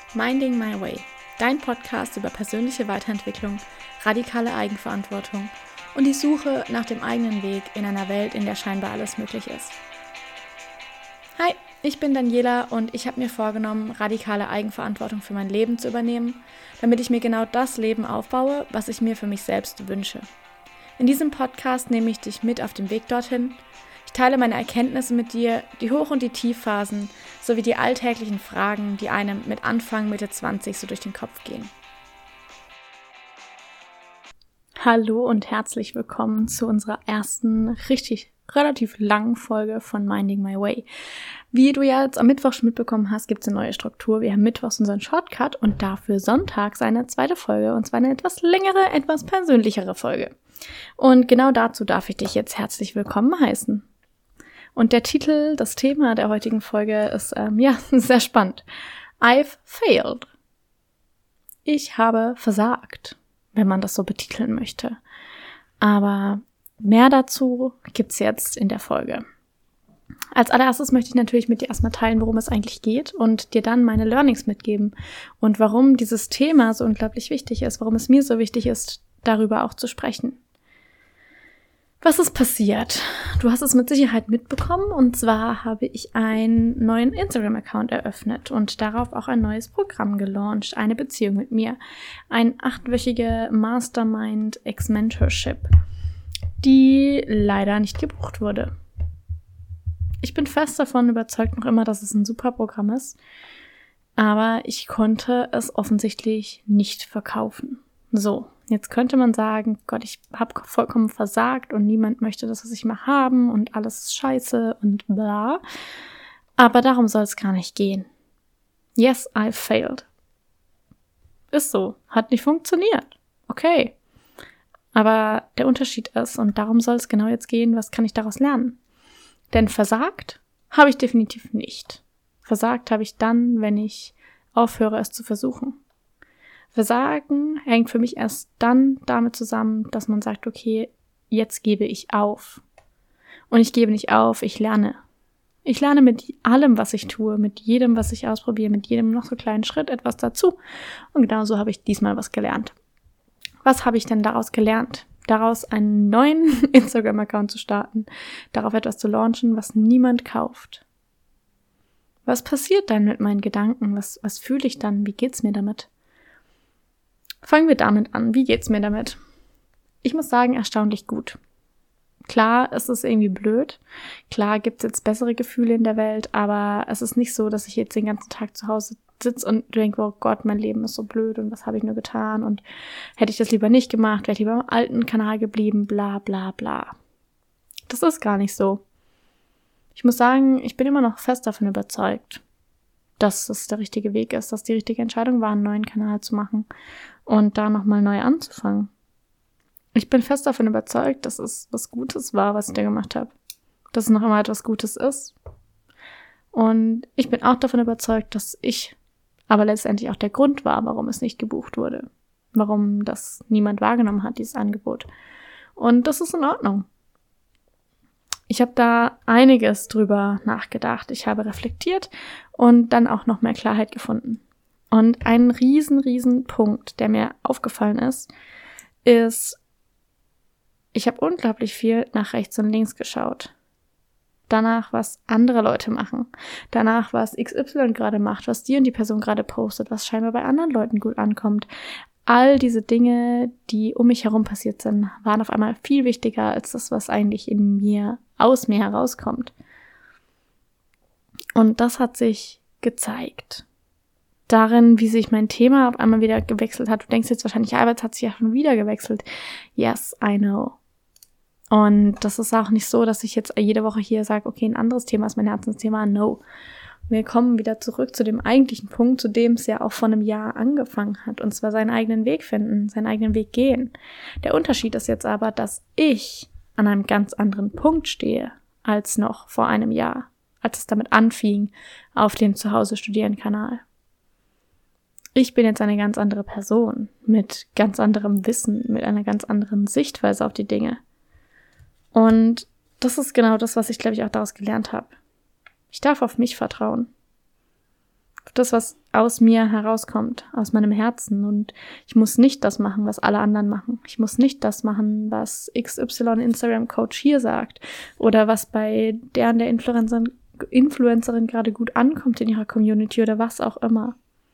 Minding My Way, dein Podcast über persönliche Weiterentwicklung, radikale Eigenverantwortung und die Suche nach dem eigenen Weg in einer Welt, in der scheinbar alles möglich ist. Hi, ich bin Daniela und ich habe mir vorgenommen, radikale Eigenverantwortung für mein Leben zu übernehmen, damit ich mir genau das Leben aufbaue, was ich mir für mich selbst wünsche. In diesem Podcast nehme ich dich mit auf dem Weg dorthin. Ich teile meine Erkenntnisse mit dir, die Hoch- und die Tiefphasen, sowie die alltäglichen Fragen, die einem mit Anfang, Mitte 20 so durch den Kopf gehen. Hallo und herzlich willkommen zu unserer ersten, relativ langen Folge von Minding My Way. Wie du ja jetzt am Mittwoch schon mitbekommen hast, gibt es eine neue Struktur. Wir haben mittwochs unseren Shortcut und dafür sonntags eine zweite Folge, und zwar eine etwas längere, etwas persönlichere Folge. Und genau dazu darf ich dich jetzt herzlich willkommen heißen. Und der Titel, das Thema der heutigen Folge ist, sehr spannend. I've failed. Ich habe versagt, wenn man das so betiteln möchte. Aber mehr dazu gibt's jetzt in der Folge. Als allererstes möchte ich natürlich mit dir erstmal teilen, worum es eigentlich geht und dir dann meine Learnings mitgeben und warum dieses Thema so unglaublich wichtig ist, warum es mir so wichtig ist, darüber auch zu sprechen. Was ist passiert? Du hast es mit Sicherheit mitbekommen, und zwar habe ich einen neuen Instagram-Account eröffnet und darauf auch ein neues Programm gelauncht, eine Beziehung mit mir, ein 8-wöchige Mastermind Ex-Mentorship, die leider nicht gebucht wurde. Ich bin fest davon überzeugt noch immer, dass es ein super Programm ist, aber ich konnte es offensichtlich nicht verkaufen. So, jetzt könnte man sagen, Gott, ich habe vollkommen versagt und niemand möchte das, was ich mal haben und alles ist scheiße und bla. Aber darum soll es gar nicht gehen. Yes, I failed. Ist so, hat nicht funktioniert. Okay. Aber der Unterschied ist, und darum soll es genau jetzt gehen, was kann ich daraus lernen? Denn versagt habe ich definitiv nicht. Versagt habe ich dann, wenn ich aufhöre, es zu versuchen. Versagen hängt für mich erst dann damit zusammen, dass man sagt, okay, jetzt gebe ich auf. Und ich gebe nicht auf, ich lerne. Ich lerne mit allem, was ich tue, mit jedem, was ich ausprobiere, mit jedem noch so kleinen Schritt etwas dazu. Und genauso habe ich diesmal was gelernt. Was habe ich denn daraus gelernt? Daraus einen neuen Instagram-Account zu starten, darauf etwas zu launchen, was niemand kauft. Was passiert dann mit meinen Gedanken? Was fühle ich dann? Wie geht's mir damit? Fangen wir damit an. Wie geht's mir damit? Ich muss sagen, erstaunlich gut. Klar, es ist irgendwie blöd. Klar gibt's jetzt bessere Gefühle in der Welt, aber es ist nicht so, dass ich jetzt den ganzen Tag zu Hause sitze und denke, oh Gott, mein Leben ist so blöd und was habe ich nur getan und hätte ich das lieber nicht gemacht, wäre ich lieber am alten Kanal geblieben, bla bla bla. Das ist gar nicht so. Ich muss sagen, ich bin immer noch fest davon überzeugt, dass es der richtige Weg ist, dass die richtige Entscheidung war, einen neuen Kanal zu machen und da nochmal neu anzufangen. Ich bin fest davon überzeugt, dass es was Gutes war, was ich da gemacht habe. Dass es noch immer etwas Gutes ist. Und ich bin auch davon überzeugt, dass ich aber letztendlich auch der Grund war, warum es nicht gebucht wurde. Warum das niemand wahrgenommen hat, dieses Angebot. Und das ist in Ordnung. Ich habe da einiges drüber nachgedacht. Ich habe reflektiert und dann auch noch mehr Klarheit gefunden. Und ein riesen Punkt, der mir aufgefallen ist, ich habe unglaublich viel nach rechts und links geschaut. Danach, was andere Leute machen. Danach, was XY gerade macht, was die und die Person gerade postet, was scheinbar bei anderen Leuten gut ankommt. All diese Dinge, die um mich herum passiert sind, waren auf einmal viel wichtiger als das, was eigentlich aus mir herauskommt. Und das hat sich gezeigt. Darin, wie sich mein Thema auf einmal wieder gewechselt hat. Du denkst jetzt wahrscheinlich, ja, aber es hat sich ja schon wieder gewechselt. Yes, I know. Und das ist auch nicht so, dass ich jetzt jede Woche hier sage, okay, ein anderes Thema ist mein Herzensthema. No. Wir kommen wieder zurück zu dem eigentlichen Punkt, zu dem es ja auch vor einem Jahr angefangen hat. Und zwar seinen eigenen Weg finden, seinen eigenen Weg gehen. Der Unterschied ist jetzt aber, dass ich an einem ganz anderen Punkt stehe als noch vor einem Jahr, als es damit anfing auf dem Zuhause-Studieren-Kanal. Ich bin jetzt eine ganz andere Person mit ganz anderem Wissen, mit einer ganz anderen Sichtweise auf die Dinge. Und das ist genau das, was ich, glaube ich, auch daraus gelernt habe. Ich darf auf mich vertrauen. das, was aus mir herauskommt, aus meinem Herzen. Und ich muss nicht das machen, was alle anderen machen. Ich muss nicht das machen, was XY Instagram-Coach hier sagt oder was bei der und der Influencerin gerade gut ankommt in ihrer Community oder was auch immer.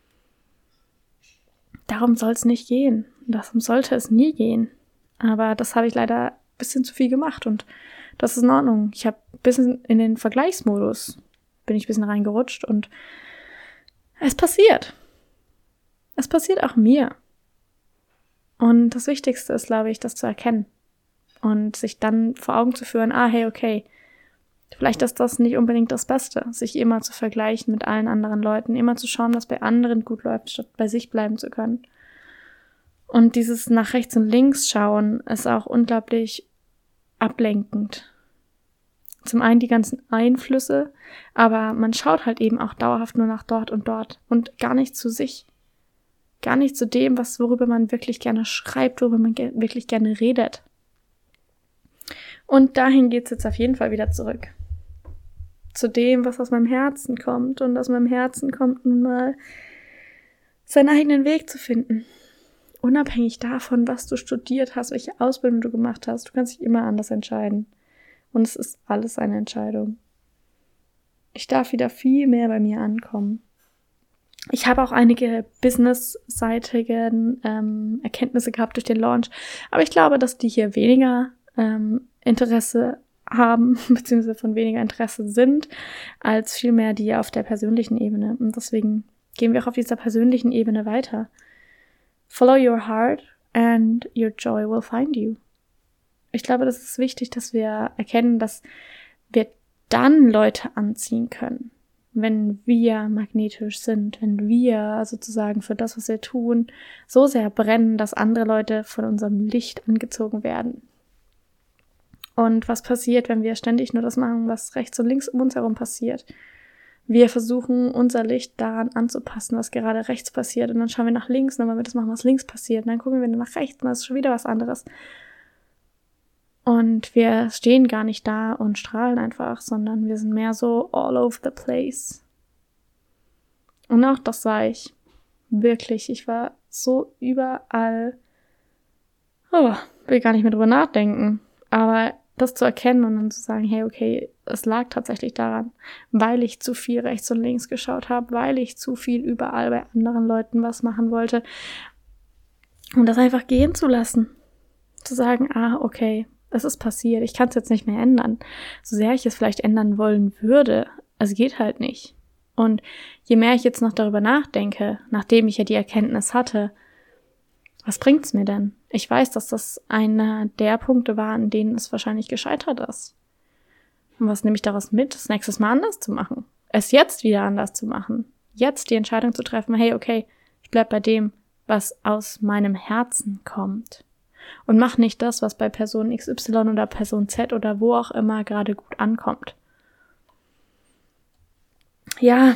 Darum soll es nicht gehen. Darum sollte es nie gehen. Aber das habe ich leider ein bisschen zu viel gemacht und das ist in Ordnung. Ich habe ein bisschen in den Vergleichsmodus bin ich ein bisschen reingerutscht und es passiert. Es passiert auch mir. Und das Wichtigste ist, glaube ich, das zu erkennen und sich dann vor Augen zu führen, hey, okay, vielleicht ist das nicht unbedingt das Beste, sich immer zu vergleichen mit allen anderen Leuten, immer zu schauen, was bei anderen gut läuft, statt bei sich bleiben zu können. Und dieses nach rechts und links schauen ist auch unglaublich ablenkend. Zum einen die ganzen Einflüsse, aber man schaut halt eben auch dauerhaft nur nach dort und gar nicht zu sich. Gar nicht zu dem, worüber man wirklich gerne schreibt, worüber man wirklich gerne redet. Und dahin geht's jetzt auf jeden Fall wieder zurück. Zu dem, was aus meinem Herzen kommt. Und aus meinem Herzen kommt nun mal, seinen eigenen Weg zu finden. Unabhängig davon, was du studiert hast, welche Ausbildung du gemacht hast. Du kannst dich immer anders entscheiden. Und es ist alles eine Entscheidung. Ich darf wieder viel mehr bei mir ankommen. Ich habe auch einige business-seitigen Erkenntnisse gehabt durch den Launch. Aber ich glaube, dass die hier weniger Interesse haben, beziehungsweise von weniger Interesse sind, als vielmehr die auf der persönlichen Ebene. Und deswegen gehen wir auch auf dieser persönlichen Ebene weiter. Follow your heart and your joy will find you. Ich glaube, das ist wichtig, dass wir erkennen, dass wir dann Leute anziehen können, wenn wir magnetisch sind, wenn wir sozusagen für das, was wir tun, so sehr brennen, dass andere Leute von unserem Licht angezogen werden. Und was passiert, wenn wir ständig nur das machen, was rechts und links um uns herum passiert? Wir versuchen, unser Licht daran anzupassen, was gerade rechts passiert. Und dann schauen wir nach links, und dann wollen wir das machen, was links passiert. Und dann gucken wir nach rechts, und das ist schon wieder was anderes. Und wir stehen gar nicht da und strahlen einfach, sondern wir sind mehr so all over the place. Und auch das war ich. Wirklich, ich war so überall. Will gar nicht mehr drüber nachdenken. Aber das zu erkennen und dann zu sagen, hey, okay, es lag tatsächlich daran, weil ich zu viel rechts und links geschaut habe, weil ich zu viel überall bei anderen Leuten was machen wollte. Und das einfach gehen zu lassen. Zu sagen, okay, es ist passiert, ich kann es jetzt nicht mehr ändern. So sehr ich es vielleicht ändern wollen würde, es geht halt nicht. Und je mehr ich jetzt noch darüber nachdenke, nachdem ich ja die Erkenntnis hatte, was bringt's mir denn? Ich weiß, dass das einer der Punkte war, an denen es wahrscheinlich gescheitert ist. Und was nehme ich daraus mit, das nächstes Mal anders zu machen? Es jetzt wieder anders zu machen? Jetzt die Entscheidung zu treffen, hey, okay, ich bleib bei dem, was aus meinem Herzen kommt. Und mach nicht das, was bei Person XY oder Person Z oder wo auch immer gerade gut ankommt. Ja,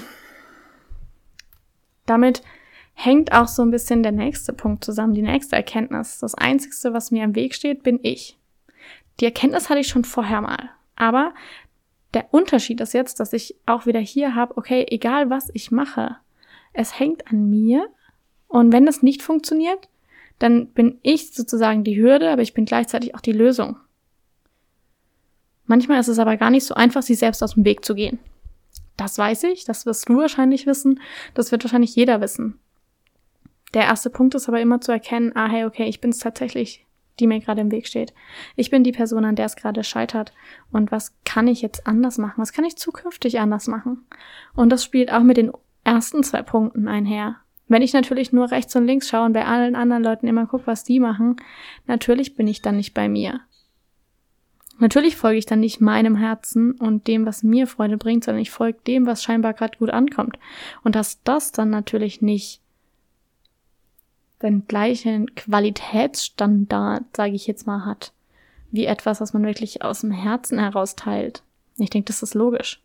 damit hängt auch so ein bisschen der nächste Punkt zusammen, die nächste Erkenntnis. Das Einzige, was mir im Weg steht, bin ich. Die Erkenntnis hatte ich schon vorher mal. Aber der Unterschied ist jetzt, dass ich auch wieder hier habe, okay, egal was ich mache, es hängt an mir. Und wenn das nicht funktioniert, dann bin ich sozusagen die Hürde, aber ich bin gleichzeitig auch die Lösung. Manchmal ist es aber gar nicht so einfach, sich selbst aus dem Weg zu gehen. Das weiß ich, das wirst du wahrscheinlich wissen, das wird wahrscheinlich jeder wissen. Der erste Punkt ist aber immer zu erkennen, hey, okay, ich bin es tatsächlich, die mir gerade im Weg steht. Ich bin die Person, an der es gerade scheitert. Und was kann ich jetzt anders machen? Was kann ich zukünftig anders machen? Und das spielt auch mit den ersten 2 Punkten einher. Wenn ich natürlich nur rechts und links schaue und bei allen anderen Leuten immer gucke, was die machen, natürlich bin ich dann nicht bei mir. Natürlich folge ich dann nicht meinem Herzen und dem, was mir Freude bringt, sondern ich folge dem, was scheinbar gerade gut ankommt. Und dass das dann natürlich nicht den gleichen Qualitätsstandard, sage ich jetzt mal, hat, wie etwas, was man wirklich aus dem Herzen heraus teilt. Ich denke, das ist logisch.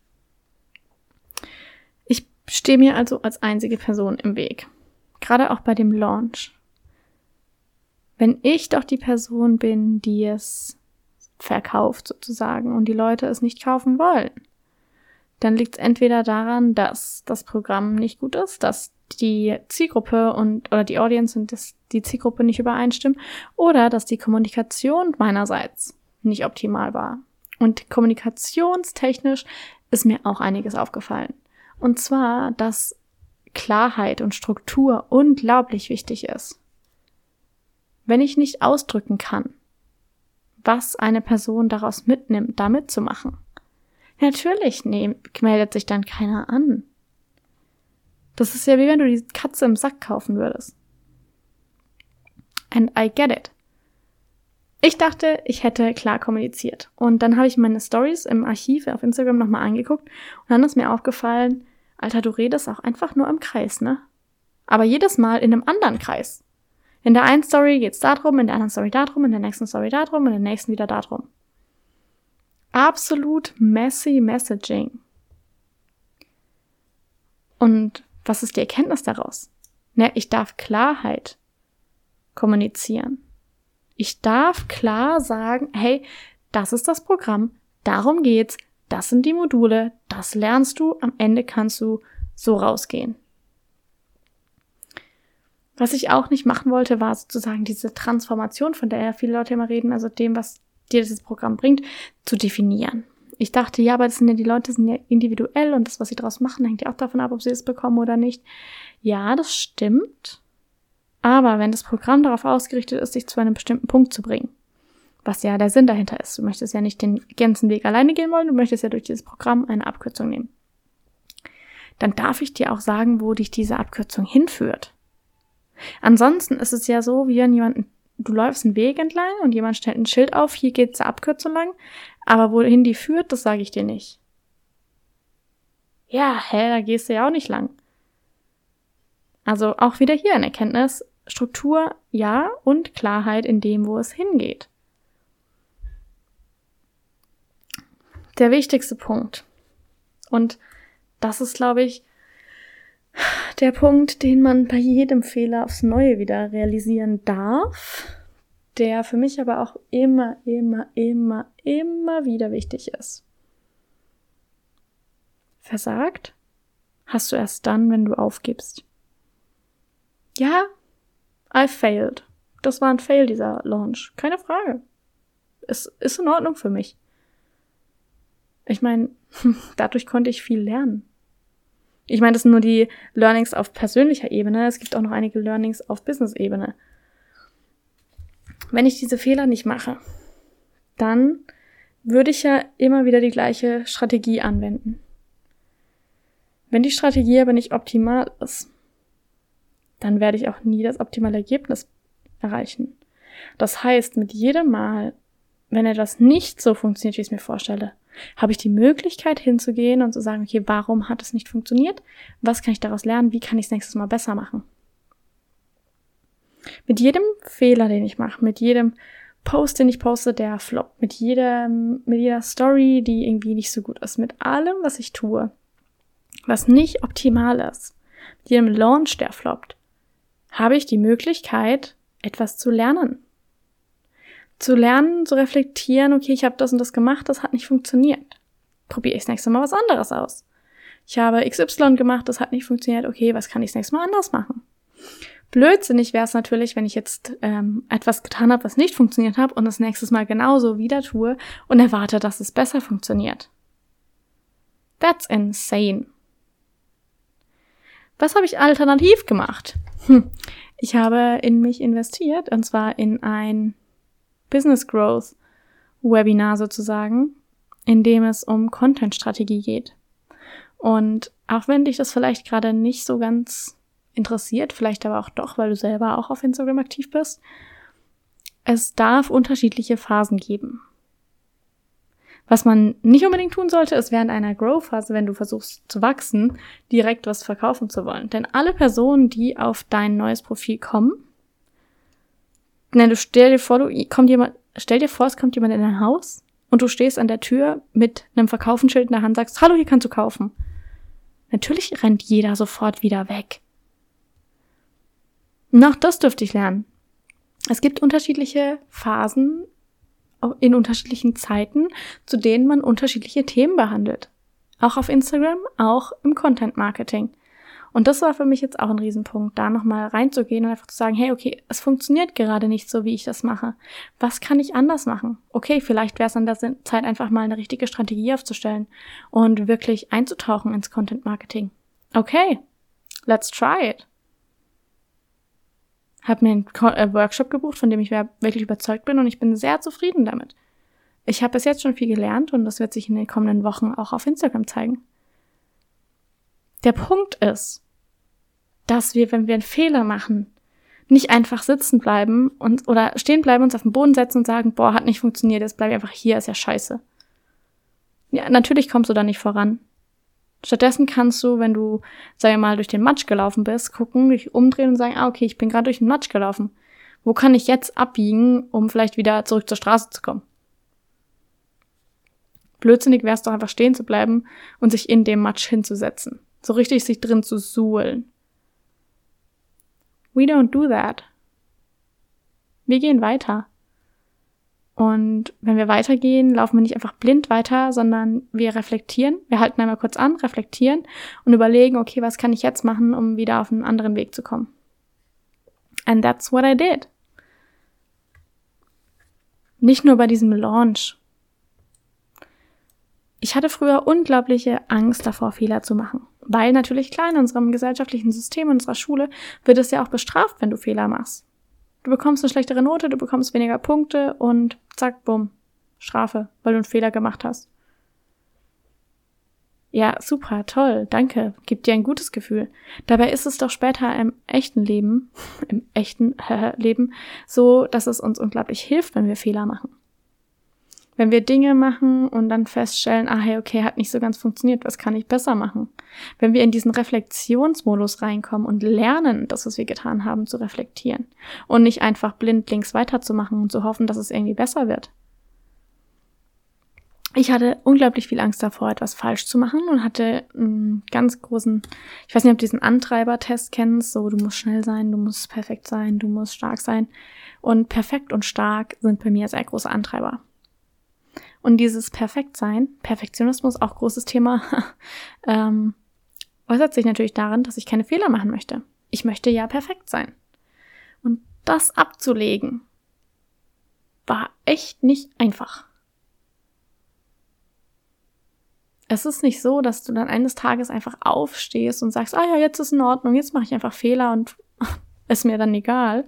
Ich stehe mir also als einzige Person im Weg. Gerade auch bei dem Launch. Wenn ich doch die Person bin, die es verkauft sozusagen und die Leute es nicht kaufen wollen, dann liegt es entweder daran, dass das Programm nicht gut ist, dass die Zielgruppe oder die Audience und die Zielgruppe nicht übereinstimmen oder dass die Kommunikation meinerseits nicht optimal war. Und kommunikationstechnisch ist mir auch einiges aufgefallen. Und zwar, dass Klarheit und Struktur unglaublich wichtig ist. Wenn ich nicht ausdrücken kann, was eine Person daraus mitnimmt, da mitzumachen, natürlich meldet sich dann keiner an. Das ist ja wie wenn du die Katze im Sack kaufen würdest. And I get it. Ich dachte, ich hätte klar kommuniziert. Und dann habe ich meine Stories im Archiv auf Instagram nochmal angeguckt und dann ist mir aufgefallen, Alter, du redest auch einfach nur im Kreis, ne? Aber jedes Mal in einem anderen Kreis. In der einen Story geht's darum, in der anderen Story darum, in der nächsten Story darum, in der nächsten wieder darum. Absolut messy Messaging. Und was ist die Erkenntnis daraus? Ne, ich darf Klarheit kommunizieren. Ich darf klar sagen, hey, das ist das Programm, darum geht's, das sind die Module, das lernst du, am Ende kannst du so rausgehen. Was ich auch nicht machen wollte, war sozusagen diese Transformation, von der ja viele Leute immer reden, also dem, was dir dieses Programm bringt, zu definieren. Ich dachte, ja, aber die Leute sind ja individuell und das, was sie daraus machen, hängt ja auch davon ab, ob sie es bekommen oder nicht. Ja, das stimmt. Aber wenn das Programm darauf ausgerichtet ist, dich zu einem bestimmten Punkt zu bringen, was ja der Sinn dahinter ist, du möchtest ja nicht den ganzen Weg alleine gehen wollen, du möchtest ja durch dieses Programm eine Abkürzung nehmen, dann darf ich dir auch sagen, wo dich diese Abkürzung hinführt. Ansonsten ist es ja so, wie wenn du läufst einen Weg entlang und jemand stellt ein Schild auf, hier geht zur Abkürzung lang, aber wohin die führt, das sage ich dir nicht. Ja, da gehst du ja auch nicht lang. Also auch wieder hier eine Erkenntnis, Struktur, ja, und Klarheit in dem, wo es hingeht. Der wichtigste Punkt. Und das ist, glaube ich, der Punkt, den man bei jedem Fehler aufs Neue wieder realisieren darf, der für mich aber auch immer wieder wichtig ist. Versagt hast du erst dann, wenn du aufgibst. Ja, I failed. Das war ein Fail, dieser Launch. Keine Frage. Es ist in Ordnung für mich. Ich meine, dadurch konnte ich viel lernen. Ich meine, das sind nur die Learnings auf persönlicher Ebene. Es gibt auch noch einige Learnings auf Business-Ebene. Wenn ich diese Fehler nicht mache, dann würde ich ja immer wieder die gleiche Strategie anwenden. Wenn die Strategie aber nicht optimal ist, dann werde ich auch nie das optimale Ergebnis erreichen. Das heißt, mit jedem Mal, wenn etwas nicht so funktioniert, wie ich es mir vorstelle, habe ich die Möglichkeit hinzugehen und zu sagen, okay, warum hat es nicht funktioniert? Was kann ich daraus lernen? Wie kann ich es nächstes Mal besser machen? Mit jedem Fehler, den ich mache, mit jedem Post, den ich poste, der floppt, mit jeder Story, die irgendwie nicht so gut ist, mit allem, was ich tue, was nicht optimal ist, mit jedem Launch, der floppt, habe ich die Möglichkeit, etwas zu lernen. Zu lernen, zu reflektieren, okay, ich habe das und das gemacht, das hat nicht funktioniert. Probiere ich das nächste Mal was anderes aus. Ich habe XY gemacht, das hat nicht funktioniert, okay, was kann ich das nächste Mal anders machen? Blödsinnig wäre es natürlich, wenn ich jetzt etwas getan habe, was nicht funktioniert hat und das nächstes Mal genauso wieder tue und erwarte, dass es besser funktioniert. That's insane. Was habe ich alternativ gemacht? Ich habe in mich investiert, und zwar in ein Business Growth Webinar sozusagen, in dem es um Content-Strategie geht. Und auch wenn dich das vielleicht gerade nicht so ganz interessiert, vielleicht aber auch doch, weil du selber auch auf Instagram aktiv bist, es darf unterschiedliche Phasen geben. Was man nicht unbedingt tun sollte, ist während einer Grow-Phase, wenn du versuchst zu wachsen, direkt was verkaufen zu wollen. Denn alle Personen, die auf dein neues Profil kommen, stell dir vor, es kommt jemand in dein Haus und du stehst an der Tür mit einem Verkaufenschild in der Hand, sagst, hallo, hier kannst du kaufen. Natürlich rennt jeder sofort wieder weg. Und auch das dürfte ich lernen. Es gibt unterschiedliche Phasen in unterschiedlichen Zeiten, zu denen man unterschiedliche Themen behandelt. Auch auf Instagram, auch im Content Marketing. Und das war für mich jetzt auch ein Riesenpunkt, da nochmal reinzugehen und einfach zu sagen, hey, okay, es funktioniert gerade nicht so, wie ich das mache. Was kann ich anders machen? Okay, vielleicht wäre es an der Zeit einfach mal eine richtige Strategie aufzustellen und wirklich einzutauchen ins Content Marketing. Okay, let's try it. Habe mir einen Workshop gebucht, von dem ich wirklich überzeugt bin und ich bin sehr zufrieden damit. Ich habe bis jetzt schon viel gelernt und das wird sich in den kommenden Wochen auch auf Instagram zeigen. Der Punkt ist, dass wir, wenn wir einen Fehler machen, nicht einfach sitzen bleiben oder stehen bleiben, uns auf den Boden setzen und sagen, boah, hat nicht funktioniert, jetzt bleib ich einfach hier, ist ja scheiße. Ja, natürlich kommst du da nicht voran. Stattdessen kannst du, wenn du, sag ich mal, durch den Matsch gelaufen bist, gucken, dich umdrehen und sagen, okay, ich bin gerade durch den Matsch gelaufen. Wo kann ich jetzt abbiegen, um vielleicht wieder zurück zur Straße zu kommen? Blödsinnig wäre es doch einfach stehen zu bleiben und sich in dem Matsch hinzusetzen. So richtig sich drin zu suhlen. We don't do that. Wir gehen weiter. Und wenn wir weitergehen, laufen wir nicht einfach blind weiter, sondern wir reflektieren. Wir halten einmal kurz an, reflektieren und überlegen, okay, was kann ich jetzt machen, um wieder auf einen anderen Weg zu kommen? And that's what I did. Nicht nur bei diesem Launch. Ich hatte früher unglaubliche Angst davor, Fehler zu machen. Weil natürlich, klar, in unserem gesellschaftlichen System, in unserer Schule, wird es ja auch bestraft, wenn du Fehler machst. Du bekommst eine schlechtere Note, du bekommst weniger Punkte und zack, bumm, Strafe, weil du einen Fehler gemacht hast. Ja, super, toll, danke, gibt dir ein gutes Gefühl. Dabei ist es doch später im echten Leben so, dass es uns unglaublich hilft, wenn wir Fehler machen. Wenn wir Dinge machen und dann feststellen, hey, okay, hat nicht so ganz funktioniert, was kann ich besser machen? Wenn wir in diesen Reflexionsmodus reinkommen und lernen, das, was wir getan haben, zu reflektieren und nicht einfach blind links weiterzumachen und zu hoffen, dass es irgendwie besser wird. Ich hatte unglaublich viel Angst davor, etwas falsch zu machen und hatte einen ganz großen, ich weiß nicht, ob du diesen Antreiber-Test kennst, so du musst schnell sein, du musst perfekt sein, du musst stark sein. Und perfekt und stark sind bei mir sehr große Antreiber. Und dieses Perfektsein, Perfektionismus, auch großes Thema, äußert sich natürlich darin, dass ich keine Fehler machen möchte. Ich möchte ja perfekt sein. Und das abzulegen, war echt nicht einfach. Es ist nicht so, dass du dann eines Tages einfach aufstehst und sagst, ja, jetzt ist in Ordnung, jetzt mache ich einfach Fehler und ist mir dann egal.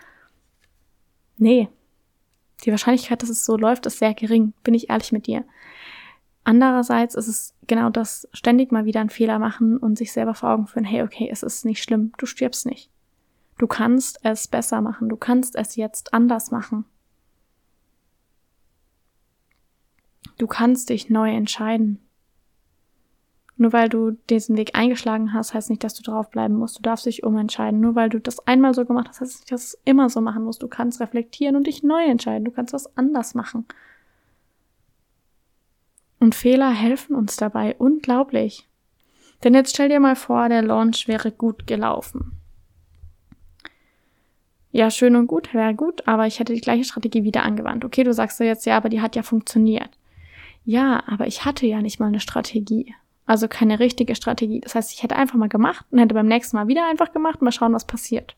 Nee. Die Wahrscheinlichkeit, dass es so läuft, ist sehr gering, bin ich ehrlich mit dir. Andererseits ist es genau das, ständig mal wieder einen Fehler machen und sich selber vor Augen führen, hey, okay, es ist nicht schlimm, du stirbst nicht. Du kannst es besser machen, du kannst es jetzt anders machen. Du kannst dich neu entscheiden. Nur weil du diesen Weg eingeschlagen hast, heißt nicht, dass du draufbleiben musst. Du darfst dich umentscheiden. Nur weil du das einmal so gemacht hast, heißt nicht, dass du es immer so machen musst. Du kannst reflektieren und dich neu entscheiden. Du kannst was anders machen. Und Fehler helfen uns dabei unglaublich. Denn jetzt stell dir mal vor, der Launch wäre gut gelaufen. Ja, schön und gut, wäre gut, aber ich hätte die gleiche Strategie wieder angewandt. Okay, du sagst ja jetzt, ja, aber die hat ja funktioniert. Ja, aber ich hatte ja nicht mal eine Strategie. Also keine richtige Strategie. Das heißt, ich hätte einfach mal gemacht und hätte beim nächsten Mal wieder einfach gemacht und mal schauen, was passiert.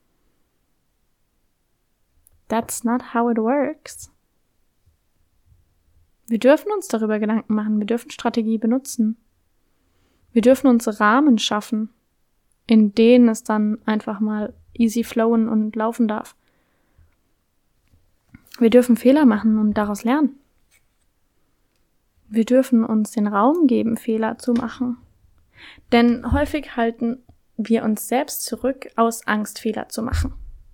That's not how it works. Wir dürfen uns darüber Gedanken machen. Wir dürfen Strategie benutzen. Wir dürfen uns Rahmen schaffen, in denen es dann einfach mal easy flowen und laufen darf. Wir dürfen Fehler machen und daraus lernen. Wir dürfen uns den Raum geben, Fehler zu machen. Denn häufig halten wir uns selbst zurück, aus Angst, Fehler zu machen.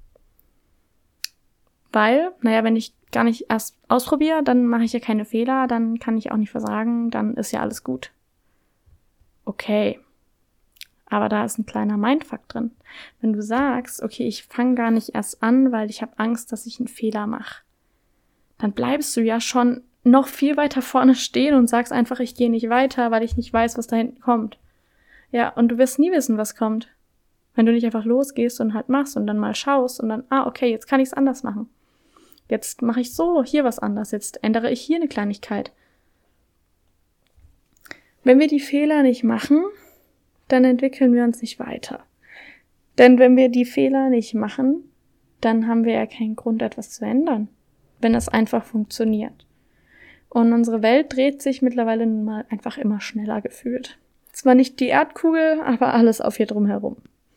Weil, wenn ich gar nicht erst ausprobiere, dann mache ich ja keine Fehler, dann kann ich auch nicht versagen, dann ist ja alles gut. Okay. Aber da ist ein kleiner Mindfuck drin. Wenn du sagst, okay, ich fange gar nicht erst an, weil ich habe Angst, dass ich einen Fehler mache, dann bleibst du ja schon noch viel weiter vorne stehen und sagst einfach, ich gehe nicht weiter, weil ich nicht weiß, was da hinten kommt. Ja, und du wirst nie wissen, was kommt. Wenn du nicht einfach losgehst und halt machst und dann mal schaust und dann, okay, jetzt kann ich es anders machen. Jetzt mache ich so hier was anders, jetzt ändere ich hier eine Kleinigkeit. Wenn wir die Fehler nicht machen, dann entwickeln wir uns nicht weiter. Denn wenn wir die Fehler nicht machen, dann haben wir ja keinen Grund, etwas zu ändern, wenn es einfach funktioniert. Und unsere Welt dreht sich mittlerweile nun mal einfach immer schneller gefühlt. Zwar nicht die Erdkugel, aber alles auf ihr drumherum.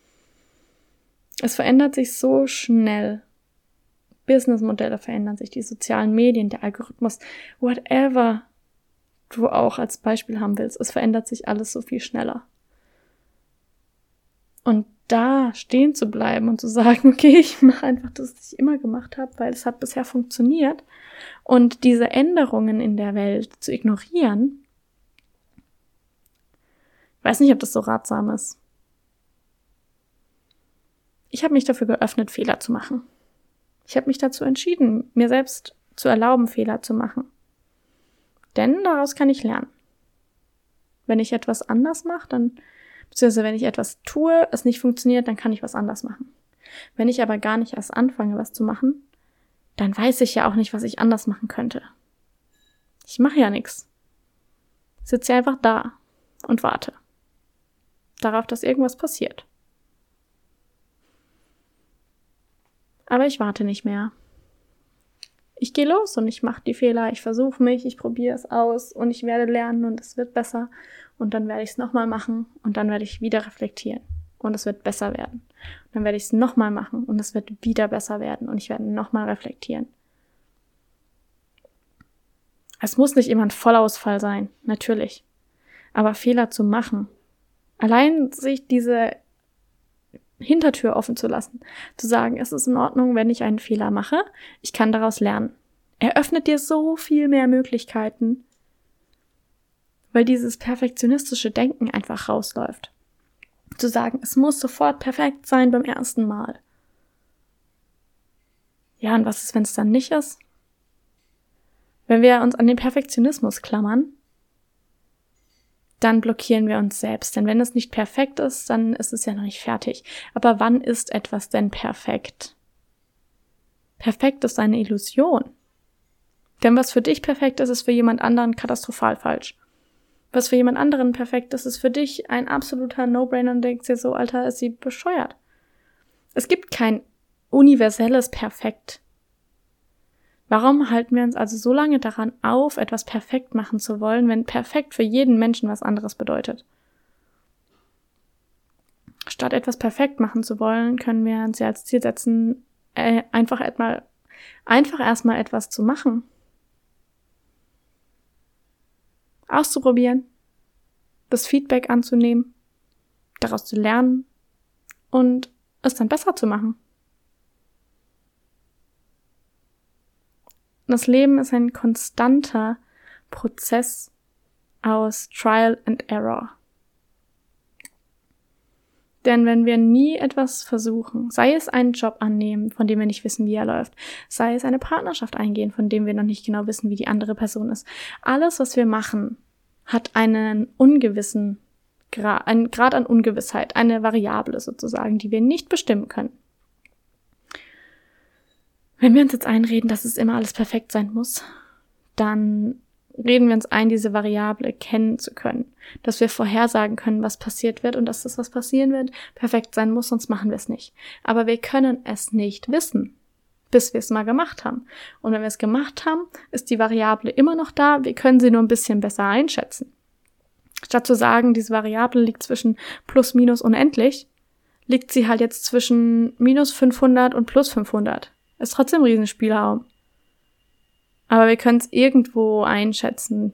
Es verändert sich so schnell. Businessmodelle verändern sich, die sozialen Medien, der Algorithmus, whatever du auch als Beispiel haben willst. Es verändert sich alles so viel schneller. Und da stehen zu bleiben und zu sagen, okay, ich mache einfach das, was ich immer gemacht habe, weil es hat bisher funktioniert. Und diese Änderungen in der Welt zu ignorieren, ich weiß nicht, ob das so ratsam ist. Ich habe mich dafür geöffnet, Fehler zu machen. Ich habe mich dazu entschieden, mir selbst zu erlauben, Fehler zu machen. Denn daraus kann ich lernen. Wenn ich etwas anders mache, beziehungsweise wenn ich etwas tue, es nicht funktioniert, dann kann ich was anders machen. Wenn ich aber gar nicht erst anfange, was zu machen, dann weiß ich ja auch nicht, was ich anders machen könnte. Ich mache ja nichts. Ich sitze ja einfach da und warte darauf, dass irgendwas passiert. Aber ich warte nicht mehr. Ich gehe los und ich mache die Fehler, ich versuche mich, ich probiere es aus und ich werde lernen und es wird besser. Und dann werde ich es nochmal machen und dann werde ich wieder reflektieren und es wird besser werden. Und dann werde ich es nochmal machen und es wird wieder besser werden und ich werde nochmal reflektieren. Es muss nicht immer ein Vollausfall sein, natürlich. Aber Fehler zu machen, allein sich diese Hintertür offen zu lassen, zu sagen, es ist in Ordnung, wenn ich einen Fehler mache, ich kann daraus lernen. Eröffnet dir so viel mehr Möglichkeiten, weil dieses perfektionistische Denken einfach rausläuft. Zu sagen, es muss sofort perfekt sein beim ersten Mal. Ja, und was ist, wenn es dann nicht ist? Wenn wir uns an den Perfektionismus klammern, dann blockieren wir uns selbst. Denn wenn es nicht perfekt ist, dann ist es ja noch nicht fertig. Aber wann ist etwas denn perfekt? Perfekt ist eine Illusion. Denn was für dich perfekt ist, ist für jemand anderen katastrophal falsch. Was für jemand anderen perfekt ist, ist für dich ein absoluter No-Brainer und denkst dir so, Alter, ist sie bescheuert. Es gibt kein universelles Perfekt. Warum halten wir uns also so lange daran auf, etwas perfekt machen zu wollen, wenn perfekt für jeden Menschen was anderes bedeutet? Statt etwas perfekt machen zu wollen, können wir uns ja als Ziel setzen, einfach erstmal etwas zu machen. Auszuprobieren, das Feedback anzunehmen, daraus zu lernen und es dann besser zu machen. Das Leben ist ein konstanter Prozess aus Trial and Error. Denn wenn wir nie etwas versuchen, sei es einen Job annehmen, von dem wir nicht wissen, wie er läuft, sei es eine Partnerschaft eingehen, von dem wir noch nicht genau wissen, wie die andere Person ist, alles, was wir machen, hat einen ungewissen Grad, einen Grad an Ungewissheit, eine Variable sozusagen, die wir nicht bestimmen können. Wenn wir uns jetzt einreden, dass es immer alles perfekt sein muss, dann reden wir uns ein, diese Variable kennen zu können. Dass wir vorhersagen können, was passiert wird und dass das, was passieren wird, perfekt sein muss, sonst machen wir es nicht. Aber wir können es nicht wissen, bis wir es mal gemacht haben. Und wenn wir es gemacht haben, ist die Variable immer noch da, wir können sie nur ein bisschen besser einschätzen. Statt zu sagen, diese Variable liegt zwischen plus, minus unendlich, liegt sie halt jetzt zwischen minus 500 und plus 500. Ist trotzdem ein Riesenspielraum. Aber wir können es irgendwo einschätzen.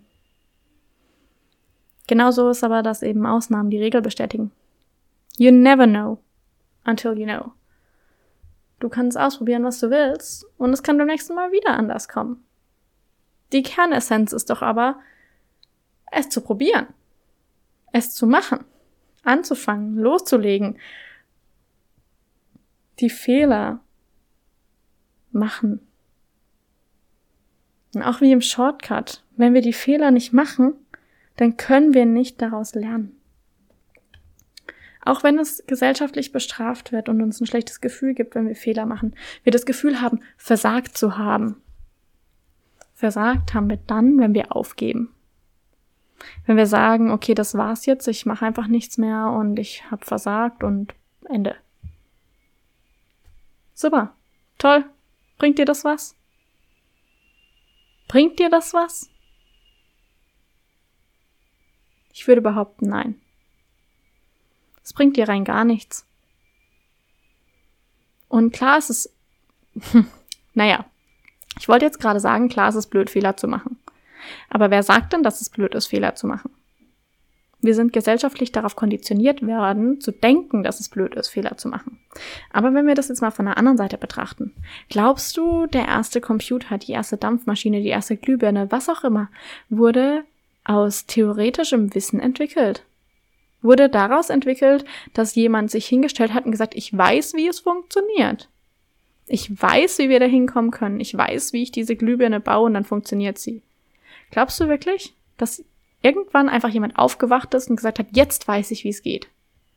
Genauso ist aber, dass eben Ausnahmen die Regel bestätigen. You never know until you know. Du kannst ausprobieren, was du willst, und es kann beim nächsten Mal wieder anders kommen. Die Kernessenz ist doch aber, es zu probieren, es zu machen, anzufangen, loszulegen, die Fehler machen. Und auch wie im Shortcut, wenn wir die Fehler nicht machen, dann können wir nicht daraus lernen. Auch wenn es gesellschaftlich bestraft wird und uns ein schlechtes Gefühl gibt, wenn wir Fehler machen, wir das Gefühl haben, versagt zu haben. Versagt haben wir dann, wenn wir aufgeben. Wenn wir sagen, okay, das war's jetzt, ich mache einfach nichts mehr und ich habe versagt und Ende. Super, toll. Bringt dir das was? Bringt dir das was? Ich würde behaupten, nein. Es bringt dir rein gar nichts. Und klar ist es, ich wollte jetzt gerade sagen, klar ist es blöd, Fehler zu machen. Aber wer sagt denn, dass es blöd ist, Fehler zu machen? Wir sind gesellschaftlich darauf konditioniert werden, zu denken, dass es blöd ist, Fehler zu machen. Aber wenn wir das jetzt mal von der anderen Seite betrachten, glaubst du, der erste Computer, die erste Dampfmaschine, die erste Glühbirne, was auch immer, wurde aus theoretischem Wissen entwickelt? Wurde daraus entwickelt, dass jemand sich hingestellt hat und gesagt, ich weiß, wie es funktioniert. Ich weiß, wie wir da hinkommen können. Ich weiß, wie ich diese Glühbirne baue und dann funktioniert sie. Glaubst du wirklich, dass irgendwann einfach jemand aufgewacht ist und gesagt hat, jetzt weiß ich, wie es geht?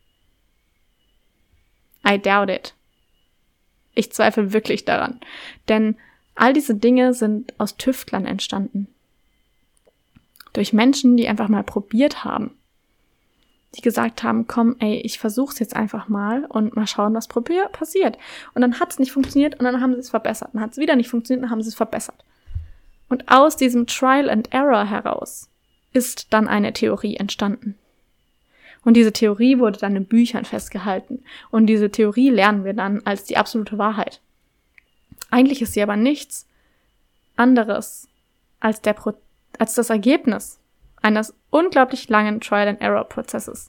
I doubt it. Ich zweifle wirklich daran. Denn all diese Dinge sind aus Tüftlern entstanden. Durch Menschen, die einfach mal probiert haben. Die gesagt haben, komm, ich versuch's jetzt einfach mal und mal schauen, was passiert. Und dann hat's nicht funktioniert und dann haben sie es verbessert. Dann hat's wieder nicht funktioniert und dann haben sie es verbessert. Und aus diesem Trial and Error heraus ist dann eine Theorie entstanden. Und diese Theorie wurde dann in Büchern festgehalten. Und diese Theorie lernen wir dann als die absolute Wahrheit. Eigentlich ist sie aber nichts anderes als das Ergebnis eines unglaublich langen Trial-and-Error-Prozesses.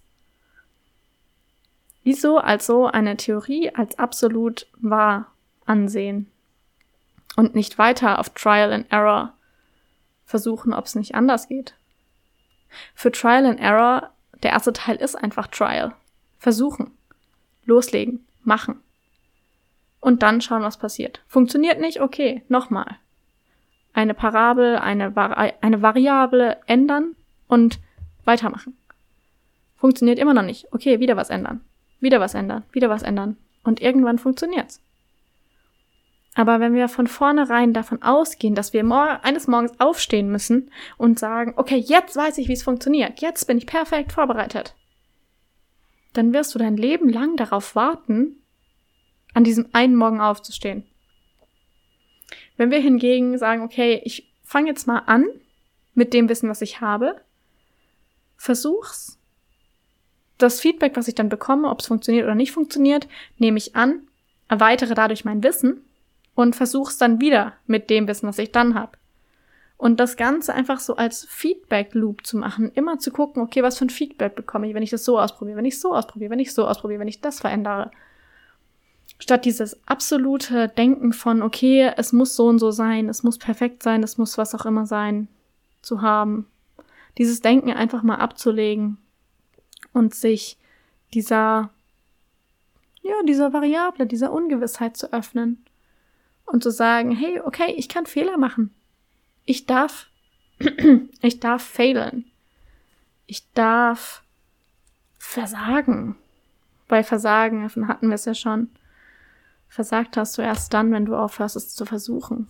Wieso also eine Theorie als absolut wahr ansehen und nicht weiter auf Trial-and-Error versuchen, ob es nicht anders geht? Für Trial-and-Error, der erste Teil ist einfach Trial. Versuchen, loslegen, machen. Und dann schauen, was passiert. Funktioniert nicht? Okay, nochmal. Eine Parabel, eine Variable ändern und weitermachen. Funktioniert immer noch nicht. Okay, wieder was ändern. Wieder was ändern. Wieder was ändern. Und irgendwann funktioniert's. Aber wenn wir von vornherein davon ausgehen, dass wir eines Morgens aufstehen müssen und sagen, okay, jetzt weiß ich, wie es funktioniert. Jetzt bin ich perfekt vorbereitet. Dann wirst du dein Leben lang darauf warten, an diesem einen Morgen aufzustehen. Wenn wir hingegen sagen, okay, ich fange jetzt mal an mit dem Wissen, was ich habe, versuch's. Das Feedback, was ich dann bekomme, ob es funktioniert oder nicht funktioniert, nehme ich an, erweitere dadurch mein Wissen und versuch's dann wieder mit dem Wissen, was ich dann habe. Und das Ganze einfach so als Feedback-Loop zu machen, immer zu gucken, okay, was für ein Feedback bekomme ich, wenn ich das so ausprobiere, wenn ich so ausprobiere, wenn ich so ausprobiere, wenn ich das verändere. Statt dieses absolute Denken von, okay, es muss so und so sein, es muss perfekt sein, es muss was auch immer sein, zu haben. Dieses Denken einfach mal abzulegen und sich dieser Variable, dieser Ungewissheit zu öffnen und zu sagen, hey, okay, ich kann Fehler machen. Ich darf failen. Ich darf versagen. Bei Versagen, davon hatten wir es ja schon. Versagt hast du erst dann, wenn du aufhörst, es zu versuchen.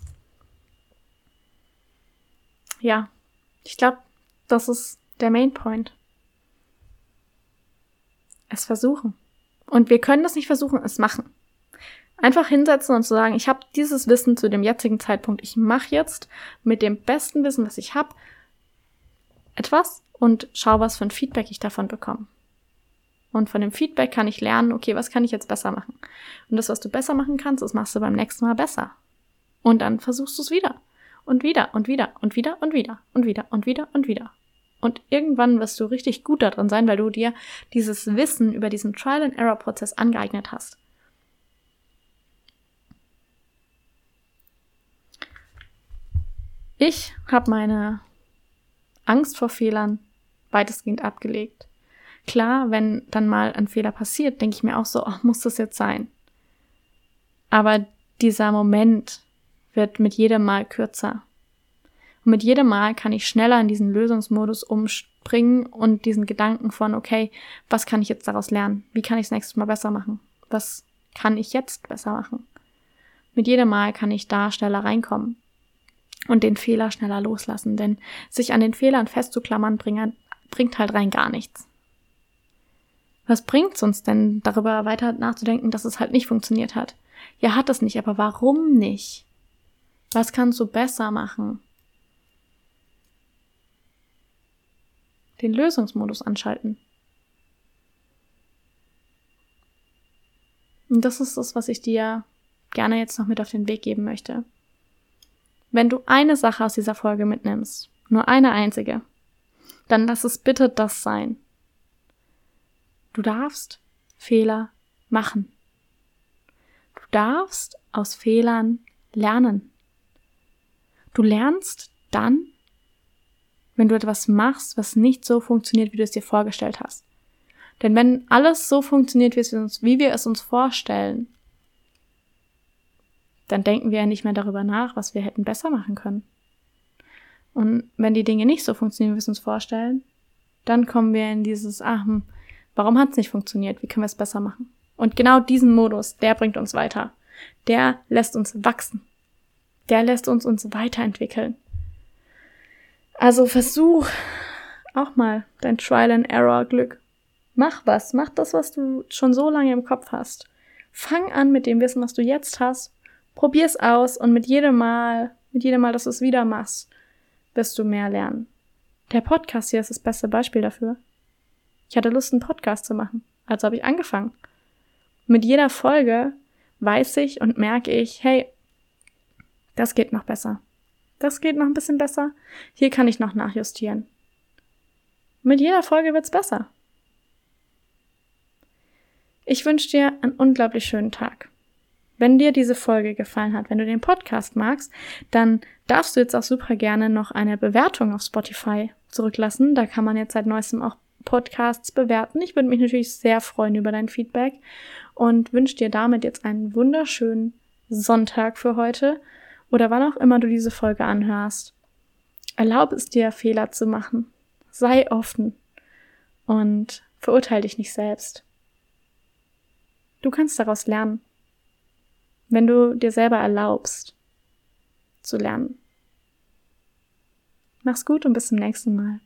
Ja, ich glaube, das ist der Main Point. Es versuchen. Und wir können das nicht versuchen, es machen. Einfach hinsetzen und zu sagen, ich habe dieses Wissen zu dem jetzigen Zeitpunkt. Ich mache jetzt mit dem besten Wissen, was ich habe, etwas und schau, was für ein Feedback ich davon bekomme. Und von dem Feedback kann ich lernen, okay, was kann ich jetzt besser machen? Und das, was du besser machen kannst, das machst du beim nächsten Mal besser. Und dann versuchst du es wieder. Und wieder und wieder und wieder und wieder und wieder und wieder und wieder. Und irgendwann wirst du richtig gut darin sein, weil du dir dieses Wissen über diesen Trial-and-Error-Prozess angeeignet hast. Ich habe meine Angst vor Fehlern weitestgehend abgelegt. Klar, wenn dann mal ein Fehler passiert, denke ich mir auch so, muss das jetzt sein? Aber dieser Moment wird mit jedem Mal kürzer. Und mit jedem Mal kann ich schneller in diesen Lösungsmodus umspringen und diesen Gedanken von, okay, was kann ich jetzt daraus lernen? Wie kann ich es nächstes Mal besser machen? Was kann ich jetzt besser machen? Mit jedem Mal kann ich da schneller reinkommen. und den Fehler schneller loslassen, denn sich an den Fehlern festzuklammern bringt halt rein gar nichts. Was bringt's uns denn, darüber weiter nachzudenken, dass es halt nicht funktioniert hat? Ja, hat es nicht, aber warum nicht? Was kannst du besser machen? Den Lösungsmodus anschalten. Und das ist das, was ich dir gerne jetzt noch mit auf den Weg geben möchte. Wenn du eine Sache aus dieser Folge mitnimmst, nur eine einzige, dann lass es bitte das sein. Du darfst Fehler machen. Du darfst aus Fehlern lernen. Du lernst dann, wenn du etwas machst, was nicht so funktioniert, wie du es dir vorgestellt hast. Denn wenn alles so funktioniert, wie wir es uns vorstellen, dann denken wir ja nicht mehr darüber nach, was wir hätten besser machen können. Und wenn die Dinge nicht so funktionieren, wie wir es uns vorstellen, dann kommen wir in dieses, warum hat es nicht funktioniert? Wie können wir es besser machen? Und genau diesen Modus, der bringt uns weiter. Der lässt uns wachsen. Der lässt uns weiterentwickeln. Also versuch auch mal dein Trial-and-Error-Glück. Mach das, was du schon so lange im Kopf hast. Fang an mit dem Wissen, was du jetzt hast. Probier's aus und mit jedem Mal, dass du es wieder machst, wirst du mehr lernen. Der Podcast hier ist das beste Beispiel dafür. Ich hatte Lust, einen Podcast zu machen. Also habe ich angefangen. Mit jeder Folge weiß ich und merke ich, hey, das geht noch besser. Das geht noch ein bisschen besser. Hier kann ich noch nachjustieren. Mit jeder Folge wird's besser. Ich wünsche dir einen unglaublich schönen Tag. Wenn dir diese Folge gefallen hat, wenn du den Podcast magst, dann darfst du jetzt auch super gerne noch eine Bewertung auf Spotify zurücklassen. Da kann man jetzt seit neuestem auch Podcasts bewerten. Ich würde mich natürlich sehr freuen über dein Feedback und wünsche dir damit jetzt einen wunderschönen Sonntag für heute oder wann auch immer du diese Folge anhörst. Erlaube es dir, Fehler zu machen. Sei offen und verurteile dich nicht selbst. Du kannst daraus lernen, wenn du dir selber erlaubst, zu lernen. Mach's gut und bis zum nächsten Mal.